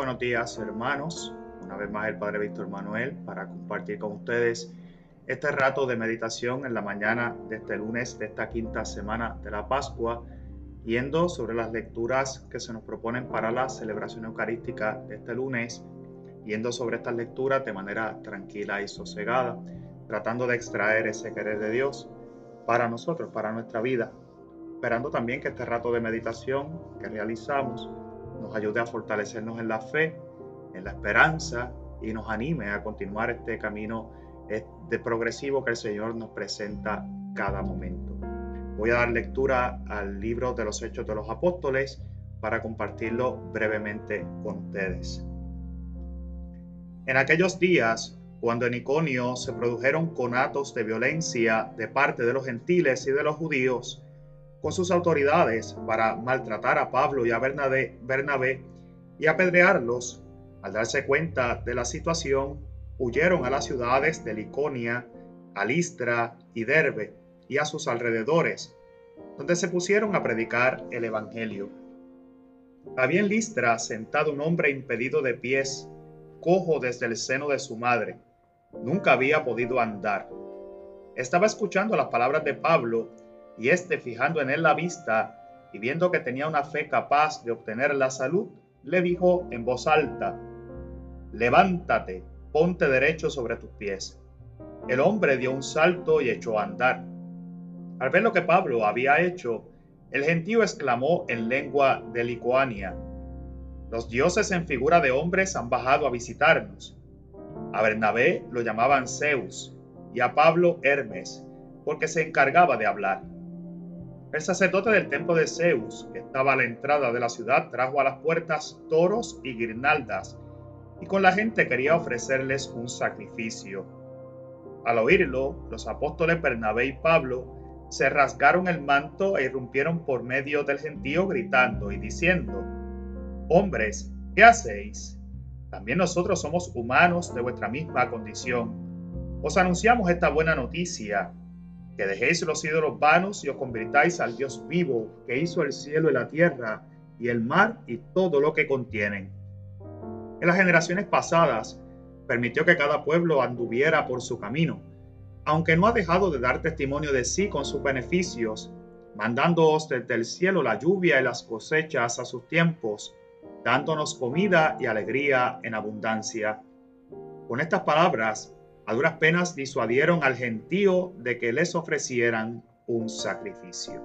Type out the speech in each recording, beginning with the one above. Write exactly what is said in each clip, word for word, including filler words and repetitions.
buenos días, hermanos. Una vez más el Padre Víctor Manuel para compartir con ustedes este rato de meditación en la mañana de este lunes de esta quinta semana de la Pascua, yendo sobre las lecturas que se nos proponen para la celebración eucarística de este lunes, yendo sobre estas lecturas de manera tranquila y sosegada, tratando de extraer ese querer de Dios para nosotros, para nuestra vida, esperando también que este rato de meditación que realizamos nos ayude a fortalecernos en la fe, en la esperanza y nos anime a continuar este camino de progresivo que el Señor nos presenta cada momento. Voy a dar lectura al libro de los Hechos de los Apóstoles para compartirlo brevemente con ustedes. En aquellos días, cuando en Iconio se produjeron conatos de violencia de parte de los gentiles y de los judíos, con sus autoridades para maltratar a Pablo y a Bernabé, Bernabé y apedrearlos, al darse cuenta de la situación, huyeron a las ciudades de Liconia, a Listra y Derbe y a sus alrededores, donde se pusieron a predicar el evangelio. Había en Listra sentado un hombre impedido de pies, cojo desde el seno de su madre. Nunca había podido andar. Estaba escuchando las palabras de Pablo, y éste, fijando en él la vista y viendo que tenía una fe capaz de obtener la salud, le dijo en voz alta: «Levántate, ponte derecho sobre tus pies». El hombre dio un salto y echó a andar. Al ver lo que Pablo había hecho, el gentío exclamó en lengua de Licuania: «Los dioses en figura de hombres han bajado a visitarnos». A Bernabé lo llamaban Zeus y a Pablo Hermes, porque se encargaba de hablar. El sacerdote del templo de Zeus, que estaba a la entrada de la ciudad, trajo a las puertas toros y guirnaldas, y con la gente quería ofrecerles un sacrificio. Al oírlo, los apóstoles Bernabé y Pablo se rasgaron el manto e irrumpieron por medio del gentío gritando y diciendo: «Hombres, ¿qué hacéis? También nosotros somos humanos de vuestra misma condición. Os anunciamos esta buena noticia, que dejéis los ídolos vanos y os convirtáis al Dios vivo, que hizo el cielo y la tierra, y el mar y todo lo que contienen. En las generaciones pasadas permitió que cada pueblo anduviera por su camino, aunque no ha dejado de dar testimonio de sí con sus beneficios, mandándoos desde el cielo la lluvia y las cosechas a sus tiempos, dándonos comida y alegría en abundancia». Con estas palabras, a duras penas disuadieron al gentío de que les ofrecieran un sacrificio.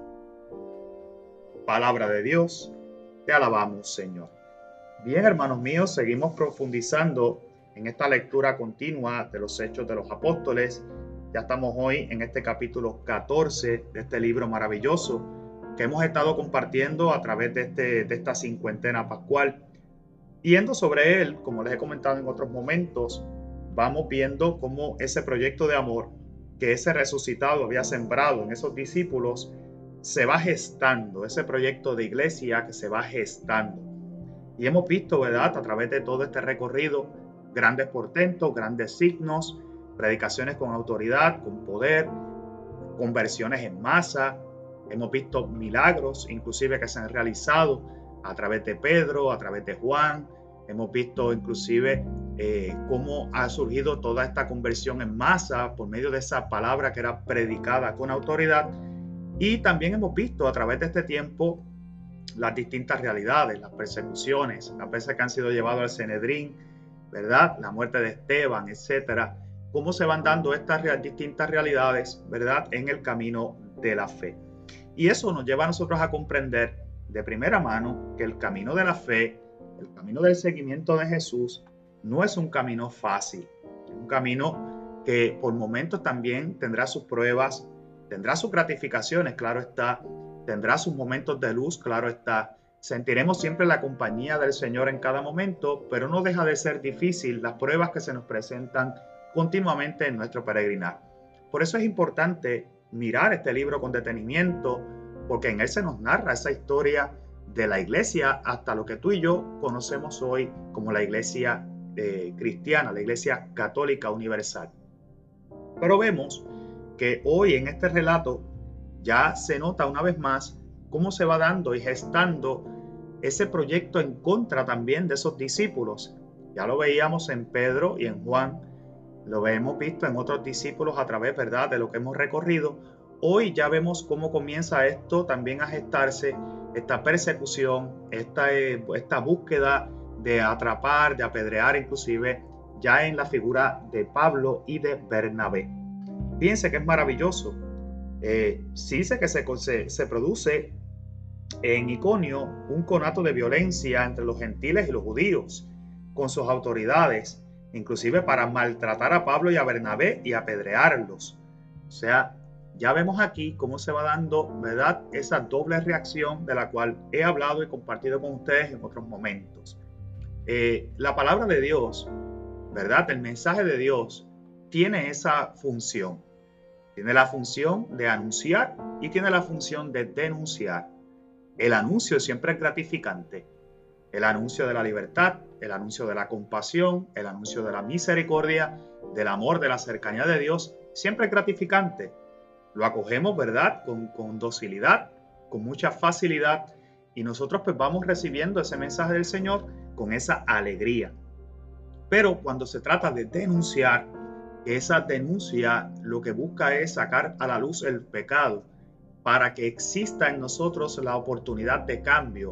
Palabra de Dios, te alabamos, Señor. Bien, hermanos míos, seguimos profundizando en esta lectura continua de los Hechos de los Apóstoles. Ya estamos hoy en este capítulo catorce de este libro maravilloso que hemos estado compartiendo a través de, este, de esta cincuentena pascual. Yendo sobre él, como les he comentado en otros momentos, vamos viendo cómo ese proyecto de amor que ese resucitado había sembrado en esos discípulos se va gestando, ese proyecto de iglesia que se va gestando. Y hemos visto, ¿verdad?, a través de todo este recorrido, grandes portentos, grandes signos, predicaciones con autoridad, con poder, conversiones en masa. Hemos visto milagros, inclusive, que se han realizado a través de Pedro, a través de Juan. Hemos visto inclusive eh, cómo ha surgido toda esta conversión en masa por medio de esa palabra que era predicada con autoridad. Y también hemos visto a través de este tiempo las distintas realidades, las persecuciones, las veces que han sido llevados al Sanedrín, ¿verdad?, la muerte de Esteban, etcétera. Cómo se van dando estas real, distintas realidades, ¿verdad?, en el camino de la fe. Y eso nos lleva a nosotros a comprender de primera mano que el camino de la fe, el camino del seguimiento de Jesús, no es un camino fácil. Es un camino que por momentos también tendrá sus pruebas, tendrá sus gratificaciones, claro está, tendrá sus momentos de luz, claro está. Sentiremos siempre la compañía del Señor en cada momento, pero no deja de ser difícil las pruebas que se nos presentan continuamente en nuestro peregrinar. Por eso es importante mirar este libro con detenimiento, porque en él se nos narra esa historia de la iglesia hasta lo que tú y yo conocemos hoy como la iglesia eh, cristiana, la iglesia católica universal. Pero vemos que hoy en este relato ya se nota una vez más cómo se va dando y gestando ese proyecto en contra también de esos discípulos. Ya lo veíamos en Pedro y en Juan, lo hemos visto en otros discípulos a través, ¿verdad?, de lo que hemos recorrido. Hoy ya vemos cómo comienza esto también a gestarse, esta persecución, esta, eh, esta búsqueda de atrapar, de apedrear, inclusive ya en la figura de Pablo y de Bernabé. Fíjense que es maravilloso. Eh, sí dice que se, se, se produce en Iconio un conato de violencia entre los gentiles y los judíos con sus autoridades, inclusive para maltratar a Pablo y a Bernabé y apedrearlos. O sea, ya vemos aquí cómo se va dando, ¿verdad?, esa doble reacción de la cual he hablado y compartido con ustedes en otros momentos. Eh, la palabra de Dios, ¿verdad?, el mensaje de Dios tiene esa función. Tiene la función de anunciar y tiene la función de denunciar. El anuncio siempre es gratificante. El anuncio de la libertad, el anuncio de la compasión, el anuncio de la misericordia, del amor, de la cercanía de Dios, siempre es gratificante. Lo acogemos, ¿verdad?, con, con docilidad, con mucha facilidad, y nosotros pues vamos recibiendo ese mensaje del Señor con esa alegría. Pero cuando se trata de denunciar, esa denuncia lo que busca es sacar a la luz el pecado para que exista en nosotros la oportunidad de cambio,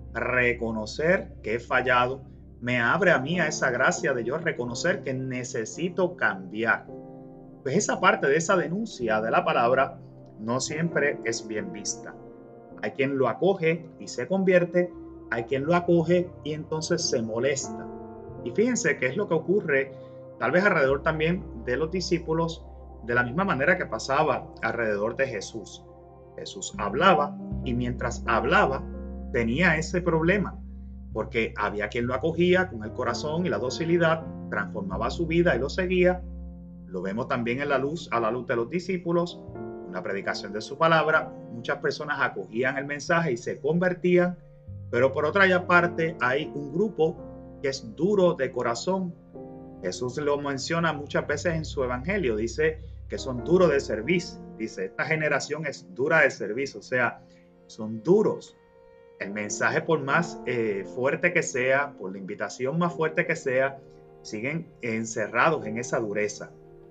reconocer que he fallado, me abre a mí a esa gracia de yo reconocer que necesito cambiar. Pues esa parte de esa denuncia de la palabra no siempre es bien vista. Hay quien lo acoge y se convierte, hay quien lo acoge y entonces se molesta. Y fíjense qué es lo que ocurre tal vez alrededor también de los discípulos, de la misma manera que pasaba alrededor de Jesús. Jesús hablaba y mientras hablaba tenía ese problema, porque había quien lo acogía con el corazón y la docilidad, transformaba su vida y lo seguía. Lo vemos también en la luz, a la luz de los discípulos, una predicación de su palabra. Muchas personas acogían el mensaje y se convertían, pero por otra parte hay un grupo que es duro de corazón. Jesús lo menciona muchas veces en su evangelio, dice que son duros de servicio, dice, esta generación es dura de servicio, o sea, son duros. El mensaje, por más eh, fuerte que sea, por la invitación más fuerte que sea, siguen encerrados en esa dureza.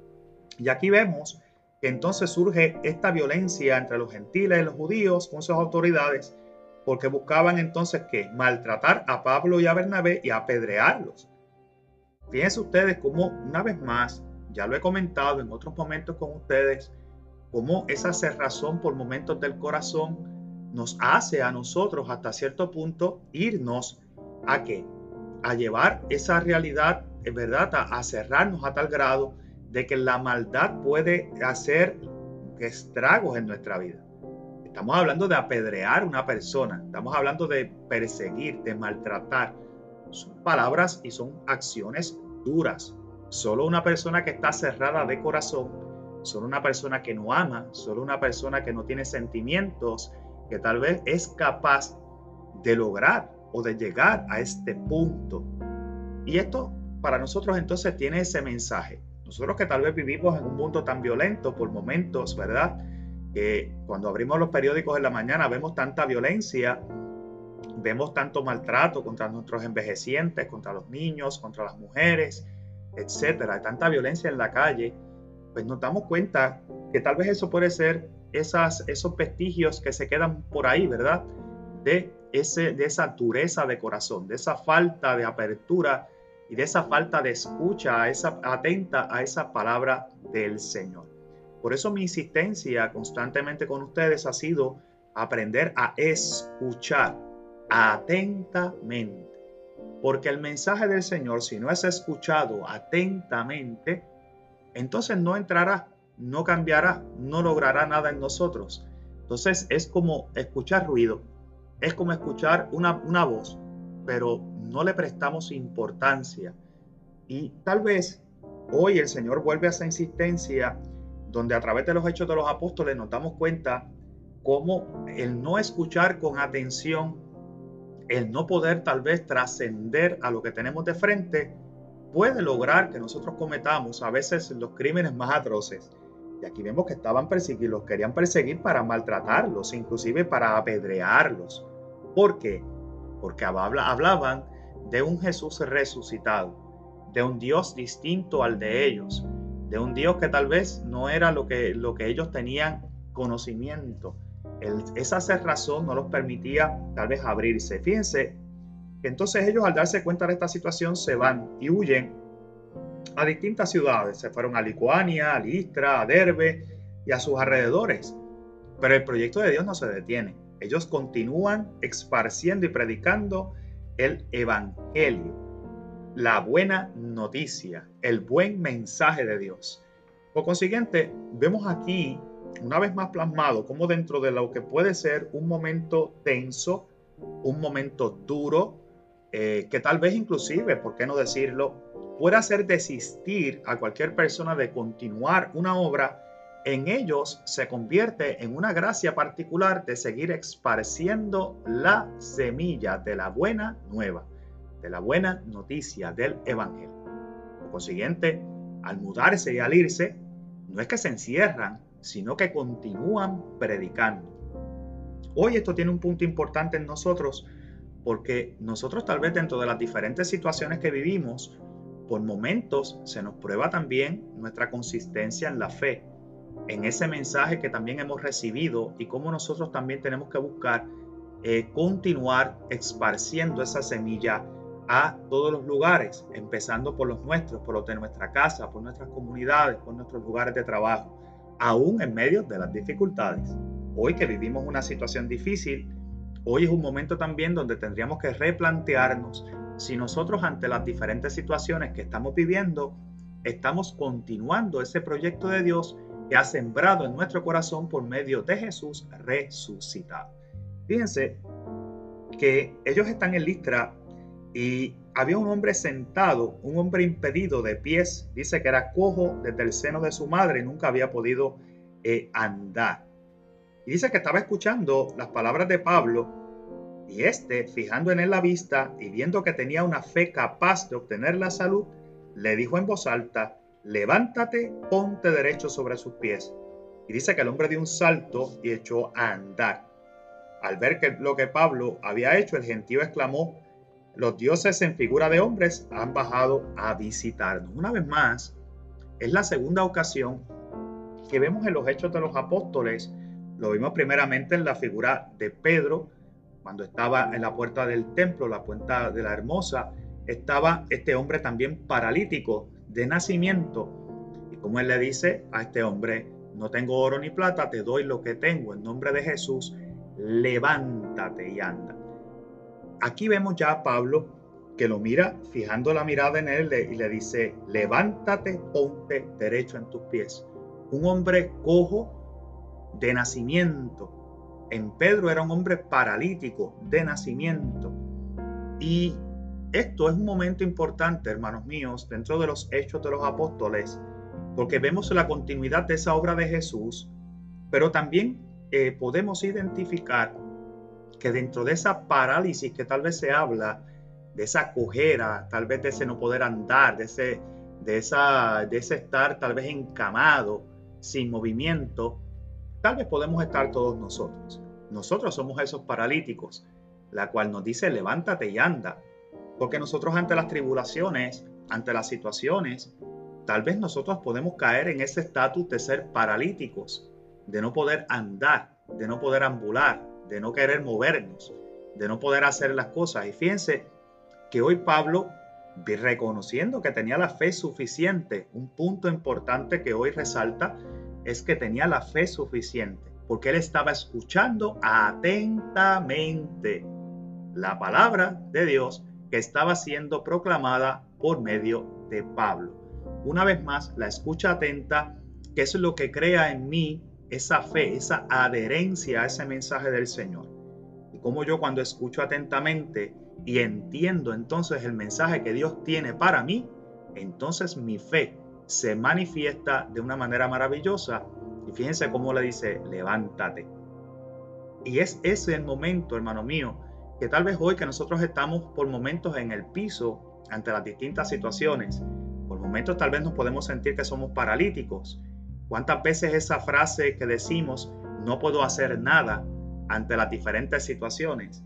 Y aquí vemos que entonces surge esta violencia entre los gentiles y los judíos con sus autoridades, porque buscaban entonces que maltratar a Pablo y a Bernabé y apedrearlos. Fíjense ustedes cómo, una vez más, ya lo he comentado en otros momentos con ustedes, cómo esa cerrazón por momentos del corazón nos hace a nosotros hasta cierto punto irnos a qué, a llevar esa realidad, en verdad, a, a cerrarnos a tal grado de que la maldad puede hacer estragos en nuestra vida. Estamos hablando de apedrear a una persona, estamos hablando de perseguir, de maltratar. Son palabras y son acciones duras. Solo una persona que está cerrada de corazón, solo una persona que no ama, solo una persona que no tiene sentimientos, que tal vez es capaz de lograr o de llegar a este punto. Y esto para nosotros entonces tiene ese mensaje. Nosotros que tal vez vivimos en un mundo tan violento por momentos, ¿verdad? Que cuando abrimos los periódicos en la mañana vemos tanta violencia, vemos tanto maltrato contra nuestros envejecientes, contra los niños, contra las mujeres, etcétera, tanta violencia en la calle, pues nos damos cuenta que tal vez eso puede ser esas, esos vestigios que se quedan por ahí, ¿verdad? De, ese, de esa dureza de corazón, de esa falta de apertura y de esa falta de escucha, a esa, atenta a esa palabra del Señor. Por eso mi insistencia constantemente con ustedes ha sido aprender a escuchar atentamente, porque el mensaje del Señor, si no es escuchado atentamente, entonces no entrará, no cambiará, no logrará nada en nosotros. Entonces es como escuchar ruido, es como escuchar una, una voz, pero no le prestamos importancia. Y tal vez hoy el Señor vuelve a esa insistencia donde a través de los hechos de los apóstoles nos damos cuenta cómo el no escuchar con atención, el no poder tal vez trascender a lo que tenemos de frente, puede lograr que nosotros cometamos a veces los crímenes más atroces. Y aquí vemos que estaban persiguiendo, los querían perseguir para maltratarlos, inclusive para apedrearlos. ¿Por qué? porque habla, hablaban de un Jesús resucitado, de un Dios distinto al de ellos, de un Dios que tal vez no era lo que, lo que ellos tenían conocimiento. El, esa cerrazón no los permitía tal vez abrirse. Fíjense que entonces ellos, al darse cuenta de esta situación, se van y huyen a distintas ciudades. Se fueron a Licuania, a Listra, a Derbe y a sus alrededores. Pero el proyecto de Dios no se detiene. Ellos continúan esparciendo y predicando el evangelio, la buena noticia, el buen mensaje de Dios. Por consiguiente, vemos aquí una vez más plasmado cómo dentro de lo que puede ser un momento tenso, un momento duro, eh, que tal vez inclusive, ¿por qué no decirlo?, puede hacer desistir a cualquier persona de continuar una obra, en ellos se convierte en una gracia particular de seguir esparciendo la semilla de la buena nueva, de la buena noticia del evangelio. Por consiguiente, al mudarse y al irse, no es que se encierran, sino que continúan predicando. Hoy esto tiene un punto importante en nosotros, porque nosotros tal vez dentro de las diferentes situaciones que vivimos, por momentos se nos prueba también nuestra consistencia en la fe, en ese mensaje que también hemos recibido, y cómo nosotros también tenemos que buscar eh, continuar esparciendo esa semilla a todos los lugares, empezando por los nuestros, por los de nuestra casa, por nuestras comunidades, por nuestros lugares de trabajo, aún en medio de las dificultades. Hoy que vivimos una situación difícil, hoy es un momento también donde tendríamos que replantearnos si nosotros, ante las diferentes situaciones que estamos viviendo, estamos continuando ese proyecto de Dios que ha sembrado en nuestro corazón por medio de Jesús resucitado. Fíjense que ellos están en Listra y había un hombre sentado, un hombre impedido de pies, dice que era cojo desde el seno de su madre y nunca había podido eh, andar. Y dice que estaba escuchando las palabras de Pablo, y este, fijando en él la vista y viendo que tenía una fe capaz de obtener la salud, le dijo en voz alta: levántate, ponte derecho sobre sus pies. Y dice que el hombre dio un salto y echó a andar. Al ver que lo que Pablo había hecho, el gentío exclamó: los dioses en figura de hombres han bajado a visitarnos. Una vez más, es la segunda ocasión que vemos en los Hechos de los Apóstoles. Lo vimos primeramente en la figura de Pedro, cuando estaba en la puerta del templo, la puerta de la Hermosa. Estaba este hombre también paralítico de nacimiento, y como él le dice a este hombre: no tengo oro ni plata, te doy lo que tengo, en nombre de Jesús, levántate y anda. Aquí vemos ya a Pablo que lo mira, fijando la mirada en él, y le dice: levántate, ponte derecho en tus pies. Un hombre cojo de nacimiento. En Pedro era un hombre paralítico de nacimiento. Y esto es un momento importante, hermanos míos, dentro de los Hechos de los Apóstoles, porque vemos la continuidad de esa obra de Jesús, pero también eh, podemos identificar que dentro de esa parálisis que tal vez se habla, de esa cojera, tal vez de ese no poder andar, de ese, de esa, de ese estar tal vez encamado, sin movimiento, tal vez podemos estar todos nosotros. Nosotros somos esos paralíticos, la cual nos dice: levántate y anda. Porque nosotros, ante las tribulaciones, ante las situaciones, tal vez nosotros podemos caer en ese estatus de ser paralíticos, de no poder andar, de no poder ambular, de no querer movernos, de no poder hacer las cosas. Y fíjense que hoy Pablo, reconociendo que tenía la fe suficiente, un punto importante que hoy resalta es que tenía la fe suficiente, porque él estaba escuchando atentamente la palabra de Dios que estaba siendo proclamada por medio de Pablo. Una vez más, la escucha atenta, que es lo que crea en mí esa fe, esa adherencia a ese mensaje del Señor. Y como yo, cuando escucho atentamente y entiendo entonces el mensaje que Dios tiene para mí, entonces mi fe se manifiesta de una manera maravillosa. Y fíjense cómo le dice: levántate. Y es ese el momento, hermano mío, que tal vez hoy, que nosotros estamos por momentos en el piso ante las distintas situaciones, por momentos tal vez nos podemos sentir que somos paralíticos. ¿Cuántas veces esa frase que decimos: no puedo hacer nada ante las diferentes situaciones?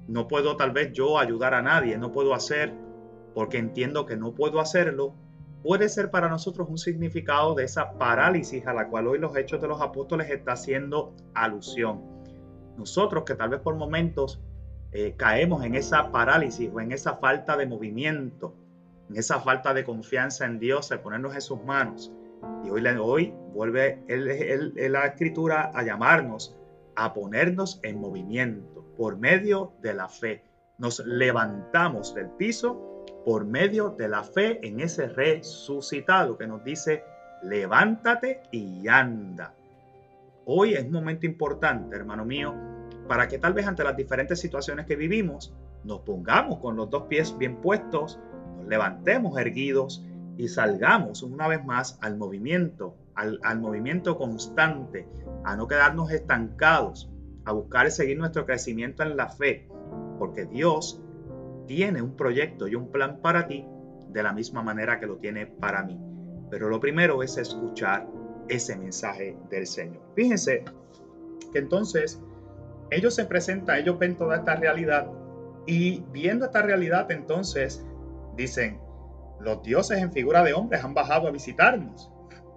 no puedo tal vez yo ayudar a nadie, no puedo hacer porque entiendo que no puedo hacerlo, puede ser para nosotros un significado de esa parálisis a la cual hoy los Hechos de los Apóstoles está haciendo alusión. Nosotros que tal vez por momentos eh, caemos en esa parálisis o en esa falta de movimiento, en esa falta de confianza en Dios, de ponernos en sus manos. Y hoy, hoy vuelve el, el, el, la Escritura a llamarnos a ponernos en movimiento por medio de la fe. Nos levantamos del piso por medio de la fe en ese resucitado que nos dice, levántate y anda. Hoy es un momento importante, hermano mío, para que tal vez ante las diferentes situaciones que vivimos, nos pongamos con los dos pies bien puestos, nos levantemos erguidos y salgamos una vez más al movimiento, al, al movimiento constante, a no quedarnos estancados, a buscar y seguir nuestro crecimiento en la fe, porque Dios tiene un proyecto y un plan para ti de la misma manera que lo tiene para mí. Pero lo primero es escuchar ese mensaje del Señor. Fíjense que entonces ellos se presentan, ellos ven toda esta realidad y viendo esta realidad entonces dicen, los dioses en figura de hombres han bajado a visitarnos.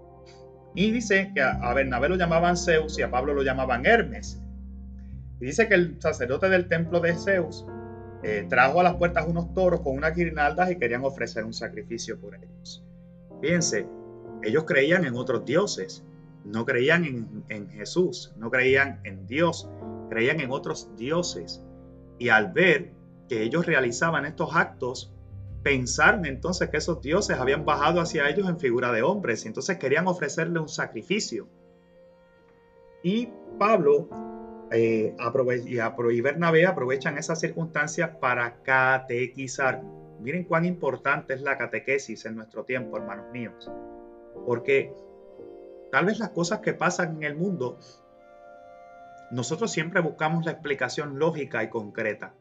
Y dice que a Bernabé lo llamaban Zeus y a Pablo lo llamaban Hermes. Y dice que el sacerdote del templo de Zeus eh, trajo a las puertas unos toros con unas guirnaldas y querían ofrecer un sacrificio por ellos. Fíjense, ellos creían en otros dioses, no creían en, en Jesús, no creían en Dios, creían en otros dioses. Y al ver que ellos realizaban estos actos, pensaron entonces que esos dioses habían bajado hacia ellos en figura de hombres y entonces querían ofrecerle un sacrificio. Y Pablo eh, y, y Bernabé aprovechan esas circunstancias para catequizar. Miren cuán importante es la catequesis en nuestro tiempo, hermanos míos, porque tal vez las cosas que pasan en el mundo, nosotros siempre buscamos la explicación lógica y concreta.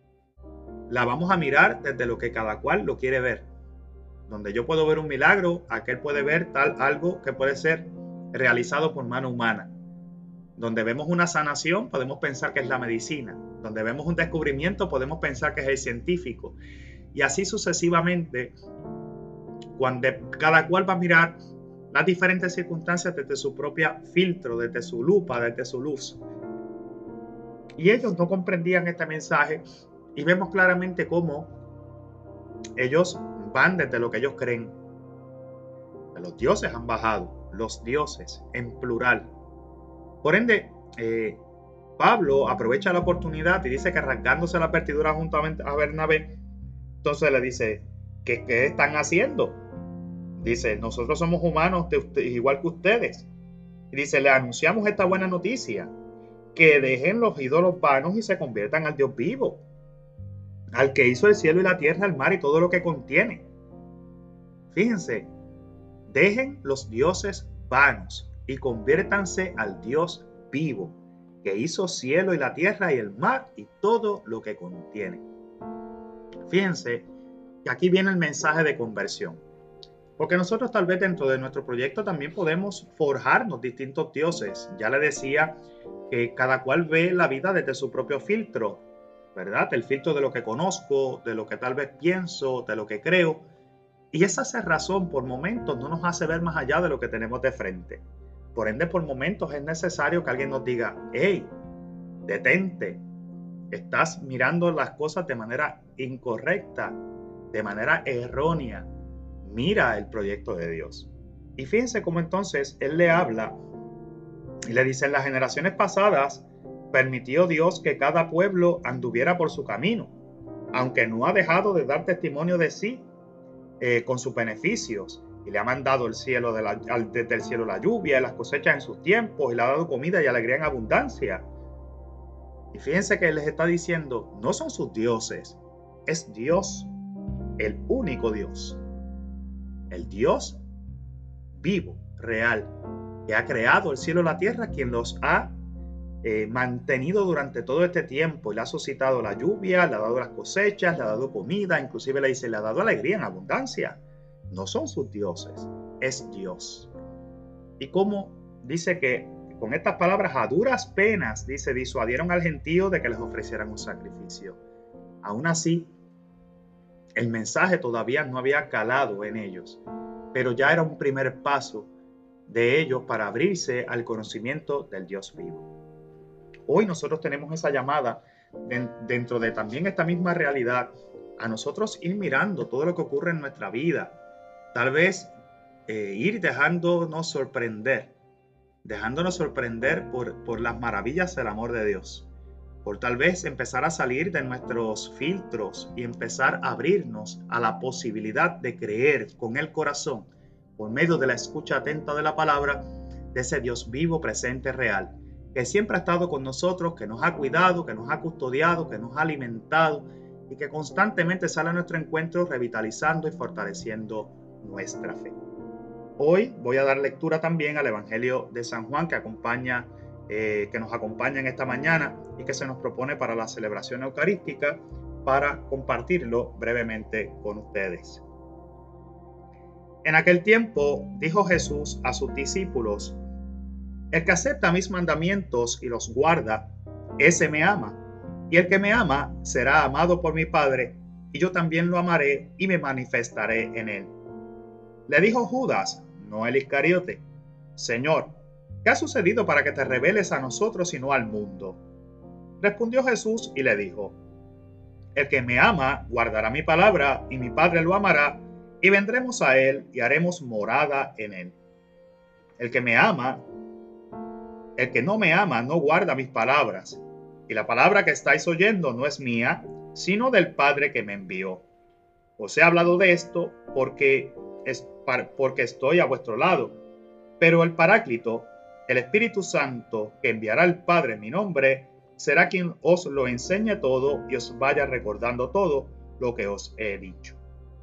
La vamos a mirar desde lo que cada cual lo quiere ver. Donde yo puedo ver un milagro, aquel puede ver tal algo que puede ser realizado por mano humana. Donde vemos una sanación, podemos pensar que es la medicina. Donde vemos un descubrimiento, podemos pensar que es el científico. Y así sucesivamente, cuando cada cual va a mirar las diferentes circunstancias desde su propia filtro, desde su lupa, desde su luz. Y ellos no comprendían este mensaje y vemos claramente cómo ellos van desde lo que ellos creen. Los dioses han bajado, los dioses en plural. Por ende, eh, Pablo aprovecha la oportunidad y dice que rasgándose la vestidura juntamente a Bernabé, entonces le dice, ¿qué, qué están haciendo? Dice, nosotros somos humanos de usted, igual que ustedes. Y dice, le anunciamos esta buena noticia, que dejen los ídolos vanos y se conviertan al Dios vivo, al que hizo el cielo y la tierra, el mar y todo lo que contiene. Fíjense, dejen los dioses vanos y conviértanse al Dios vivo, que hizo cielo y la tierra y el mar y todo lo que contiene. Fíjense que aquí viene el mensaje de conversión. Porque nosotros tal vez dentro de nuestro proyecto también podemos forjarnos distintos dioses. Ya le decía que cada cual ve la vida desde su propio filtro, ¿verdad? El filtro de lo que conozco, de lo que tal vez pienso, de lo que creo. Y esa cerrazón por momentos no nos hace ver más allá de lo que tenemos de frente. Por ende, por momentos es necesario que alguien nos diga, hey, detente, estás mirando las cosas de manera incorrecta, de manera errónea. Mira el proyecto de Dios. Y fíjense cómo entonces él le habla y le dice, en las generaciones pasadas permitió Dios que cada pueblo anduviera por su camino, aunque no ha dejado de dar testimonio de sí eh, con sus beneficios. Y le ha mandado el cielo de la, desde el cielo la lluvia y las cosechas en sus tiempos, y le ha dado comida y alegría en abundancia. Y fíjense que les está diciendo, no son sus dioses, es Dios, el único Dios. El Dios vivo, real, que ha creado el cielo y la tierra, quien los ha eh, mantenido durante todo este tiempo y le ha suscitado la lluvia, le ha dado las cosechas, le ha dado comida, inclusive le dice, le ha dado alegría en abundancia. No son sus dioses, es Dios. Y como dice que con estas palabras, a duras penas, dice, disuadieron al gentío de que les ofrecieran un sacrificio. Aún así, el mensaje todavía no había calado en ellos, pero ya era un primer paso de ellos para abrirse al conocimiento del Dios vivo. Hoy nosotros tenemos esa llamada de, dentro de también esta misma realidad, a nosotros ir mirando todo lo que ocurre en nuestra vida, tal vez eh, ir dejándonos sorprender, dejándonos sorprender por, por las maravillas del amor de Dios, por tal vez empezar a salir de nuestros filtros y empezar a abrirnos a la posibilidad de creer con el corazón, por medio de la escucha atenta de la palabra, de ese Dios vivo, presente, real, que siempre ha estado con nosotros, que nos ha cuidado, que nos ha custodiado, que nos ha alimentado y que constantemente sale a nuestro encuentro revitalizando y fortaleciendo nuestra fe. Hoy voy a dar lectura también al Evangelio de San Juan que acompaña, eh, que nos acompaña en esta mañana y que se nos propone para la celebración eucarística, para compartirlo brevemente con ustedes. En aquel tiempo dijo Jesús a sus discípulos: el que acepta mis mandamientos y los guarda, ese me ama, y el que me ama será amado por mi Padre, y yo también lo amaré y me manifestaré en él. Le dijo Judas, no el Iscariote: Señor, ¿qué ha sucedido para que te reveles a nosotros y no al mundo? Respondió Jesús y le dijo: el que me ama guardará mi palabra, y mi Padre lo amará, y vendremos a él y haremos morada en él. El que me ama, el que no me ama no guarda mis palabras, y la palabra que estáis oyendo no es mía, sino del Padre que me envió. Os he hablado de esto porque, es, porque estoy a vuestro lado, pero el Paráclito, el Espíritu Santo, que enviará el Padre en mi nombre, será quien os lo enseñe todo y os vaya recordando todo lo que os he dicho.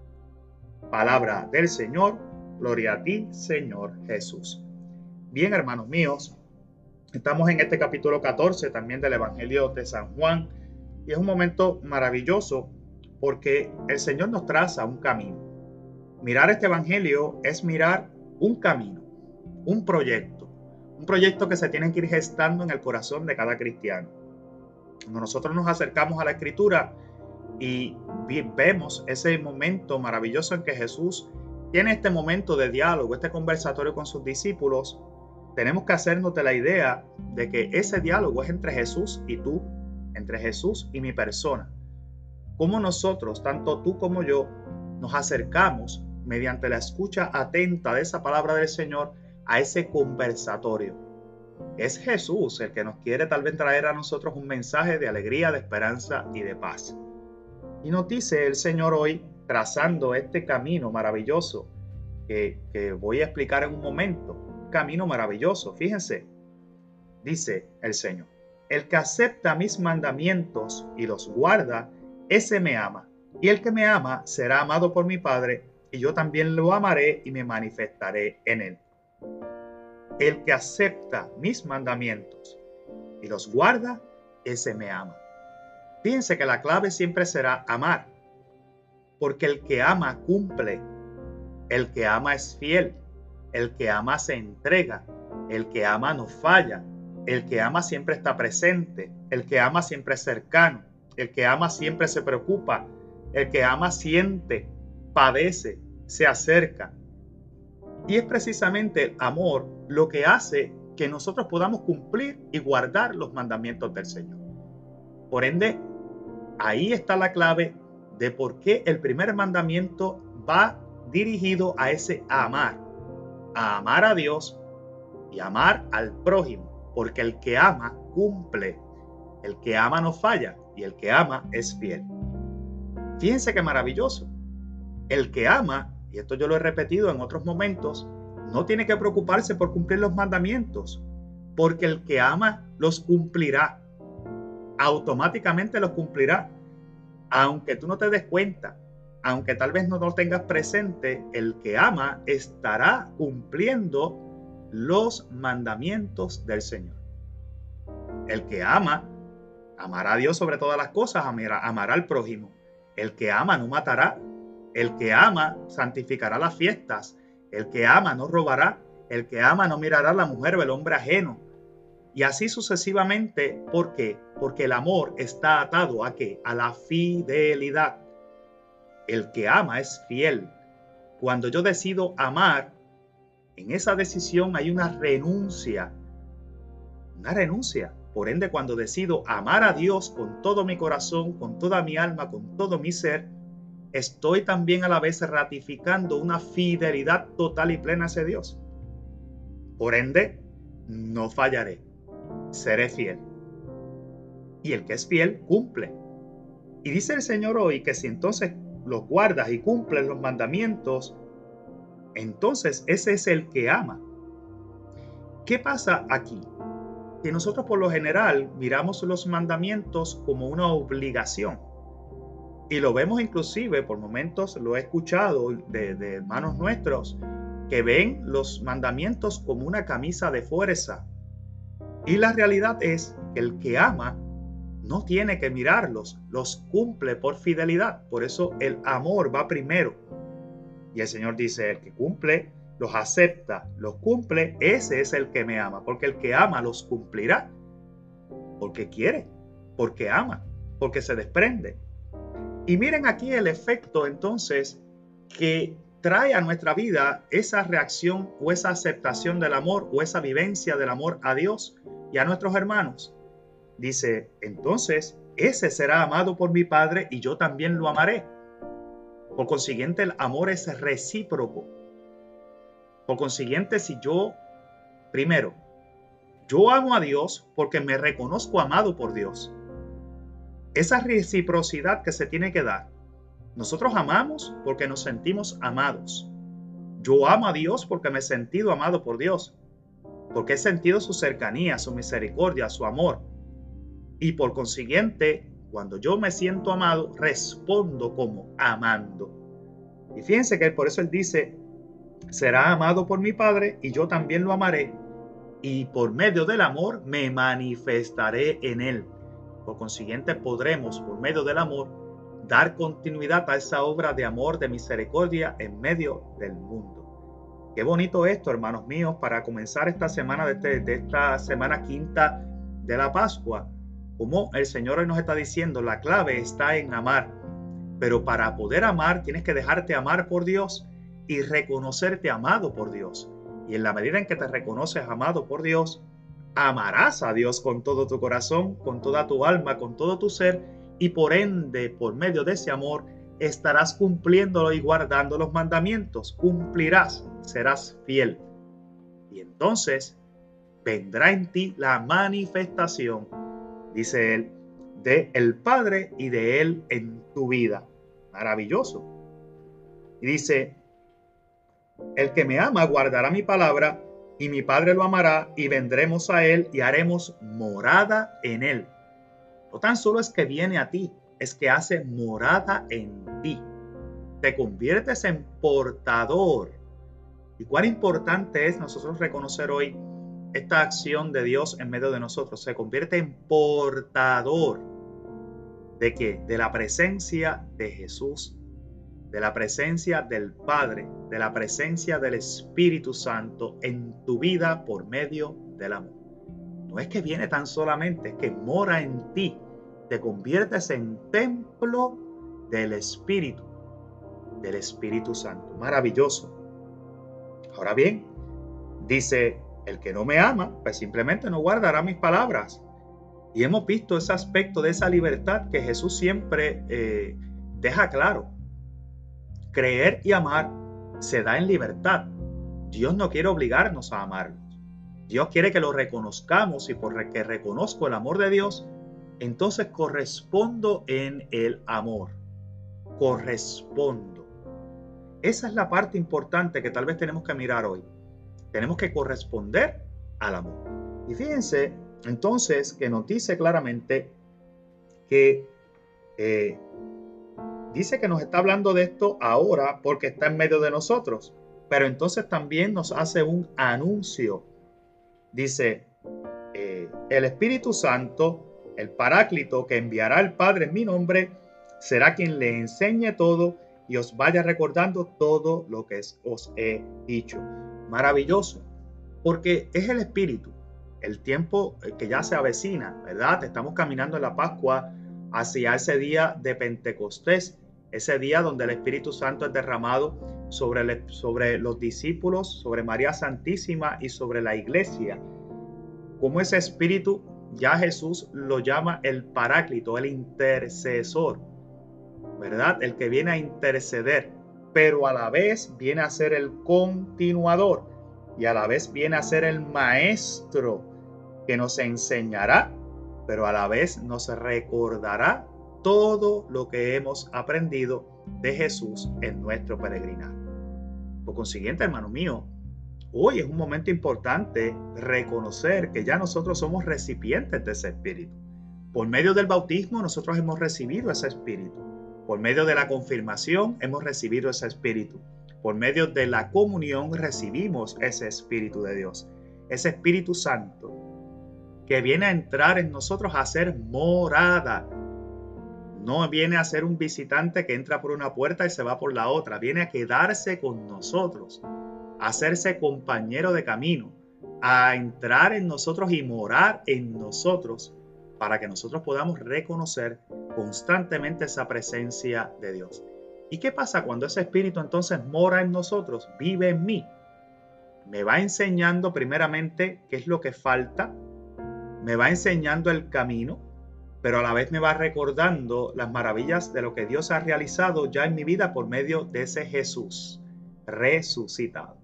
Palabra del Señor, gloria a ti, Señor Jesús. Bien, hermanos míos, estamos en este capítulo catorce también del Evangelio de San Juan, y es un momento maravilloso porque el Señor nos traza un camino. Mirar este Evangelio es mirar un camino, un proyecto, un proyecto que se tiene que ir gestando en el corazón de cada cristiano. Cuando nosotros nos acercamos a la Escritura y vemos ese momento maravilloso en que Jesús tiene este momento de diálogo, este conversatorio con sus discípulos, tenemos que hacernos de la idea de que ese diálogo es entre Jesús y tú, entre Jesús y mi persona. Cómo nosotros, tanto tú como yo, nos acercamos mediante la escucha atenta de esa palabra del Señor a ese conversatorio. Es Jesús el que nos quiere tal vez traer a nosotros un mensaje de alegría, de esperanza y de paz. Y nos dice el Señor hoy, trazando este camino maravilloso que, que voy a explicar en un momento, un camino maravilloso, fíjense, dice el Señor: el que acepta mis mandamientos y los guarda, ese me ama, y el que me ama será amado por mi Padre, y yo también lo amaré y me manifestaré en él. El que acepta mis mandamientos y los guarda, ese me ama. Fíjense que la clave siempre será amar, porque el que ama cumple, el que ama es fiel, el que ama se entrega, el que ama no falla, el que ama siempre está presente, el que ama siempre es cercano, el que ama siempre se preocupa, el que ama siente, padece, se acerca. Y es precisamente el amor lo que hace que nosotros podamos cumplir y guardar los mandamientos del Señor. Por ende, ahí está la clave de por qué el primer mandamiento va dirigido a ese amar, a amar a Dios y amar al prójimo, porque el que ama cumple, el que ama no falla y el que ama es fiel. Fíjense qué maravilloso. El que ama, y esto yo lo he repetido en otros momentos, no tiene que preocuparse por cumplir los mandamientos, porque el que ama los cumplirá. Automáticamente los cumplirá, aunque tú no te des cuenta, aunque tal vez no lo tengas presente. El que ama estará cumpliendo los mandamientos del Señor. El que ama, amará a Dios sobre todas las cosas, amará, amará al prójimo. El que ama no matará. El que ama santificará las fiestas. El que ama no robará. El que ama no mirará a la mujer o el hombre ajeno. Y así sucesivamente. ¿Por qué? Porque el amor está atado ¿a qué? A la fidelidad. El que ama es fiel. Cuando yo decido amar, en esa decisión hay una renuncia. Una renuncia. Por ende, cuando decido amar a Dios con todo mi corazón, con toda mi alma, con todo mi ser, estoy también a la vez ratificando una fidelidad total y plena hacia Dios. Por ende, no fallaré. Seré fiel. Y el que es fiel, cumple. Y dice el Señor hoy que si entonces los guardas y cumples los mandamientos, entonces ese es el que ama. ¿Qué pasa aquí? Que nosotros por lo general miramos los mandamientos como una obligación. Y lo vemos inclusive, por momentos lo he escuchado de, de hermanos nuestros, que ven los mandamientos como una camisa de fuerza. Y la realidad es que el que ama no tiene que mirarlos, los cumple por fidelidad. Por eso el amor va primero. Y el Señor dice, el que cumple, los acepta, los cumple, ese es el que me ama. Porque el que ama los cumplirá. Porque quiere, porque ama, porque se desprende. Y miren aquí el efecto entonces que trae a nuestra vida esa reacción o esa aceptación del amor o esa vivencia del amor a Dios y a nuestros hermanos. Dice, entonces, ese será amado por mi Padre y yo también lo amaré. Por consiguiente, el amor es recíproco. Por consiguiente, si yo, primero, yo amo a Dios porque me reconozco amado por Dios. Esa reciprocidad que se tiene que dar. Nosotros amamos porque nos sentimos amados. Yo amo a Dios porque me he sentido amado por Dios. Porque he sentido su cercanía, su misericordia, su amor. Y por consiguiente, cuando yo me siento amado, respondo como amando. Y fíjense que por eso él dice, será amado por mi Padre y yo también lo amaré. Y por medio del amor me manifestaré en él. Por consiguiente, podremos, por medio del amor, dar continuidad a esa obra de amor, de misericordia en medio del mundo. Qué bonito esto, hermanos míos, para comenzar esta semana, de, este, de esta semana quinta de la Pascua. Como el Señor hoy nos está diciendo, la clave está en amar. Pero para poder amar, tienes que dejarte amar por Dios y reconocerte amado por Dios. Y en la medida en que te reconoces amado por Dios, amarás a Dios con todo tu corazón, con toda tu alma, con todo tu ser, y por ende, por medio de ese amor, estarás cumpliéndolo y guardando los mandamientos. Cumplirás, serás fiel. Y entonces vendrá en ti la manifestación, dice él, de el Padre y de él en tu vida. Maravilloso. Y dice, el que me ama guardará mi palabra y mi Padre lo amará y vendremos a él y haremos morada en él. No tan solo es que viene a ti, es que hace morada en ti. Te conviertes en portador. Y cuán importante es nosotros reconocer hoy esta acción de Dios en medio de nosotros. Se convierte en portador de qué? De la presencia de Jesús, de la presencia del Padre, de la presencia del Espíritu Santo en tu vida por medio del amor. No es que viene tan solamente, es que mora en ti. Te conviertes en templo del Espíritu, del Espíritu Santo. Maravilloso. Ahora bien, dice, el que no me ama, pues simplemente no guardará mis palabras. Y hemos visto ese aspecto de esa libertad que Jesús siempre eh, deja claro. Creer y amar se da en libertad. Dios no quiere obligarnos a amarlo. Dios quiere que lo reconozcamos y por que reconozco el amor de Dios, entonces correspondo en el amor. Correspondo. Esa es la parte importante que tal vez tenemos que mirar hoy. Tenemos que corresponder al amor. Y fíjense entonces que nos dice claramente que eh, dice que nos está hablando de esto ahora porque está en medio de nosotros. Pero entonces también nos hace un anuncio. Dice, eh, el Espíritu Santo, el Paráclito que enviará el Padre en mi nombre, será quien le enseñe todo y os vaya recordando todo lo que os he dicho. Maravilloso, porque es el Espíritu. el tiempo que ya se avecina, ¿verdad? Estamos caminando en la Pascua hacia ese día de Pentecostés, ese día donde el Espíritu Santo es derramado sobre, el, sobre los discípulos, sobre María Santísima y sobre la iglesia. Como ese Espíritu, ya Jesús lo llama el Paráclito, el intercesor, ¿verdad? El que viene a interceder, pero a la vez viene a ser el continuador y a la vez viene a ser el maestro que nos enseñará, pero a la vez nos recordará todo lo que hemos aprendido de Jesús en nuestro peregrinar. Por consiguiente, hermano mío, hoy es un momento importante reconocer que ya nosotros somos recipientes de ese Espíritu. Por medio del bautismo nosotros hemos recibido ese Espíritu. Por medio de la confirmación hemos recibido ese Espíritu. Por medio de la comunión recibimos ese Espíritu de Dios. Ese Espíritu Santo que viene a entrar en nosotros a ser morada. No viene a ser un visitante que entra por una puerta y se va por la otra. Viene a quedarse con nosotros, a hacerse compañero de camino, a entrar en nosotros y morar en nosotros para que nosotros podamos reconocer constantemente esa presencia de Dios. ¿Y qué pasa cuando ese Espíritu entonces mora en nosotros, vive en mí? Me va enseñando primeramente qué es lo que falta, me va enseñando el camino, pero a la vez me va recordando las maravillas de lo que Dios ha realizado ya en mi vida por medio de ese Jesús resucitado.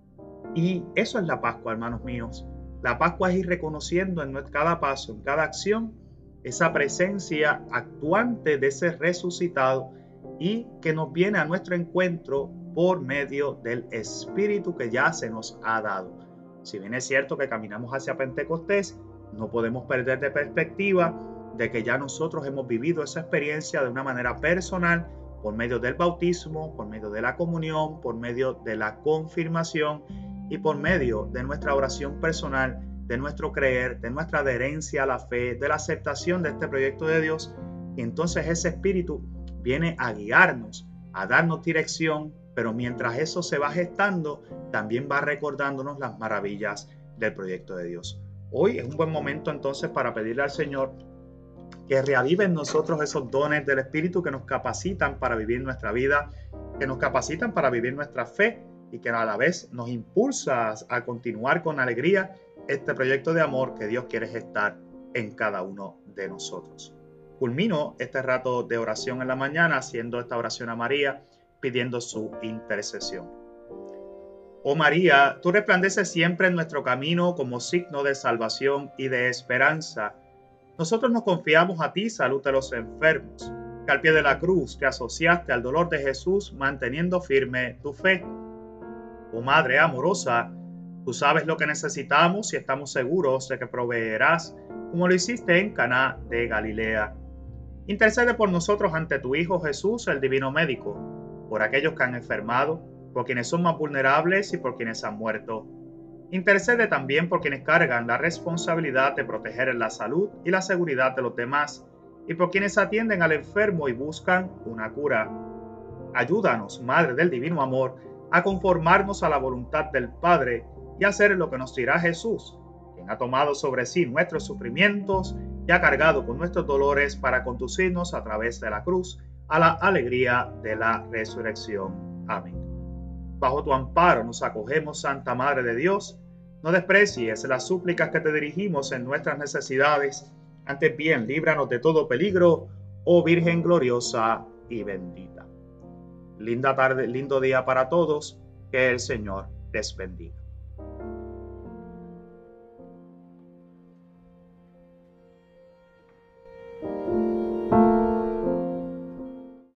Y eso es la Pascua, hermanos míos. La Pascua es ir reconociendo en cada paso, en cada acción, esa presencia actuante de ese resucitado y que nos viene a nuestro encuentro por medio del Espíritu que ya se nos ha dado. Si bien es cierto que caminamos hacia Pentecostés, no podemos perder de perspectiva de que ya nosotros hemos vivido esa experiencia de una manera personal por medio del bautismo, por medio de la comunión, por medio de la confirmación y por medio de nuestra oración personal, de nuestro creer, de nuestra adherencia a la fe, de la aceptación de este proyecto de Dios. Y entonces ese Espíritu viene a guiarnos, a darnos dirección, pero mientras eso se va gestando, también va recordándonos las maravillas del proyecto de Dios. Hoy es un buen momento entonces para pedirle al Señor que reavive en nosotros esos dones del Espíritu que nos capacitan para vivir nuestra vida, que nos capacitan para vivir nuestra fe y que a la vez nos impulsa a continuar con alegría este proyecto de amor que Dios quiere gestar en cada uno de nosotros. Culmino este rato de oración en la mañana haciendo esta oración a María, pidiendo su intercesión. Oh María, tú resplandeces siempre en nuestro camino como signo de salvación y de esperanza. Nosotros nos confiamos a ti, salud de los enfermos, que al pie de la cruz te asociaste al dolor de Jesús manteniendo firme tu fe. Oh Madre amorosa, tú sabes lo que necesitamos y estamos seguros de que proveerás, como lo hiciste en Caná de Galilea. Intercede por nosotros ante tu Hijo Jesús, el Divino Médico, por aquellos que han enfermado, por quienes son más vulnerables y por quienes han muerto. Intercede también por quienes cargan la responsabilidad de proteger la salud y la seguridad de los demás, y por quienes atienden al enfermo y buscan una cura. Ayúdanos, Madre del Divino Amor, a conformarnos a la voluntad del Padre y hacer lo que nos dirá Jesús, quien ha tomado sobre sí nuestros sufrimientos y ha cargado con nuestros dolores para conducirnos a través de la cruz a la alegría de la resurrección. Amén. Bajo tu amparo nos acogemos, Santa Madre de Dios. No desprecies las súplicas que te dirigimos en nuestras necesidades. Antes bien, líbranos de todo peligro, oh Virgen gloriosa y bendita. Linda tarde, lindo día para todos. Que el Señor les bendiga.